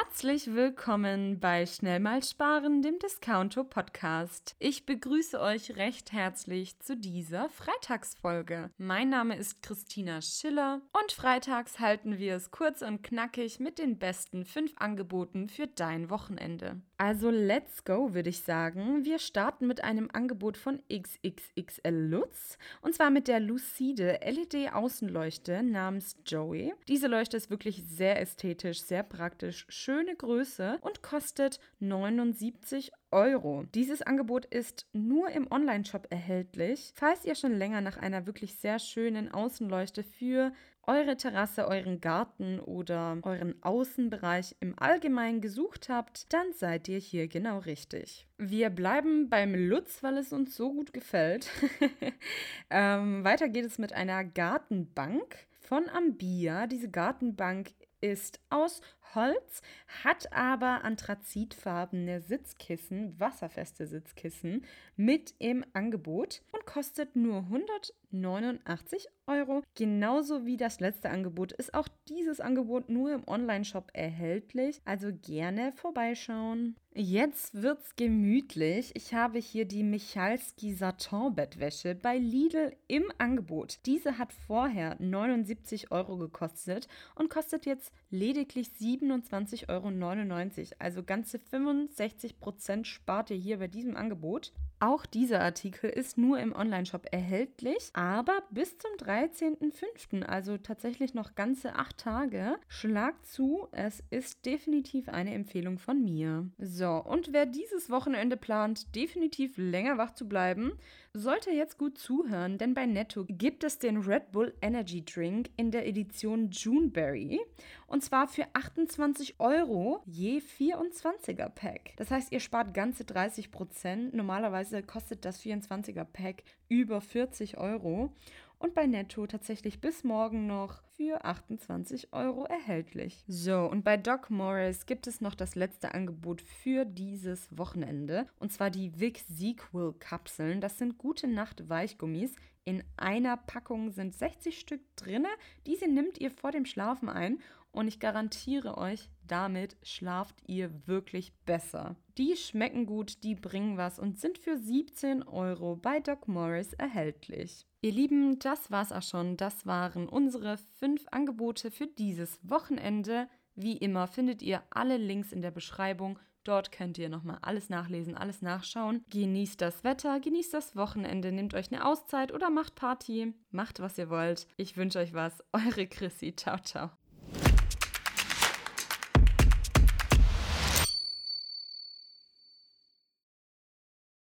Herzlich willkommen bei Schnell mal sparen, dem Discounto-Podcast. Ich begrüße euch recht herzlich zu dieser Freitagsfolge. Mein Name ist Christina Schiller und freitags halten wir es kurz und knackig mit den besten 5 Angeboten für dein Wochenende. Also let's go, würde ich sagen. Wir starten mit einem Angebot von XXXL Lutz und zwar mit der Lucide LED-Außenleuchte namens Joey. Diese Leuchte ist wirklich sehr ästhetisch, sehr praktisch, schöne Größe und kostet 79 Euro. Dieses Angebot ist nur im Onlineshop erhältlich. Falls ihr schon länger nach einer wirklich sehr schönen Außenleuchte für eure Terrasse, euren Garten oder euren Außenbereich im Allgemeinen gesucht habt, dann seid ihr hier genau richtig. Wir bleiben beim Lutz, weil es uns so gut gefällt. Weiter geht es mit einer Gartenbank von Ambia. Diese Gartenbank ist aus Holz, hat aber anthrazitfarbene Sitzkissen, wasserfeste Sitzkissen mit im Angebot und kostet nur 189 Euro. Genauso wie das letzte Angebot ist auch dieses Angebot nur im Onlineshop erhältlich, also gerne vorbeischauen. Jetzt wird's gemütlich. Ich habe hier die Michalski Satin-Bettwäsche bei Lidl im Angebot. Diese hat vorher 79 Euro gekostet und kostet jetzt lediglich 27,99 Euro. Also ganze 65% spart ihr hier bei diesem Angebot. Auch dieser Artikel ist nur im Onlineshop erhältlich, aber bis zum 13.05., also tatsächlich noch ganze 8 Tage. Schlag zu, es ist definitiv eine Empfehlung von mir. So, und wer dieses Wochenende plant, definitiv länger wach zu bleiben, sollte jetzt gut zuhören, denn bei Netto gibt es den Red Bull Energy Drink in der Edition Juneberry und zwar für 28 Euro je 24er Pack. Das heißt, ihr spart ganze 30%. Normalerweise kostet das 24er Pack über 40 Euro und bei Netto tatsächlich bis morgen noch für 28 Euro erhältlich. So, und bei Doc Morris gibt es noch das letzte Angebot für dieses Wochenende und zwar die Vic Sequel Kapseln. Das sind gute Nacht Weichgummis. In einer Packung sind 60 Stück drin. Diese nehmt ihr vor dem Schlafen ein und ich garantiere euch, damit schlaft ihr wirklich besser. Die schmecken gut, die bringen was und sind für 17 Euro bei Doc Morris erhältlich. Ihr Lieben, das war's auch schon. Das waren unsere 5 Angebote für dieses Wochenende. Wie immer findet ihr alle Links in der Beschreibung. Dort könnt ihr nochmal alles nachlesen, alles nachschauen. Genießt das Wetter, genießt das Wochenende, nehmt euch eine Auszeit oder macht Party. Macht, was ihr wollt. Ich wünsche euch was. Eure Chrissy. Ciao, ciao.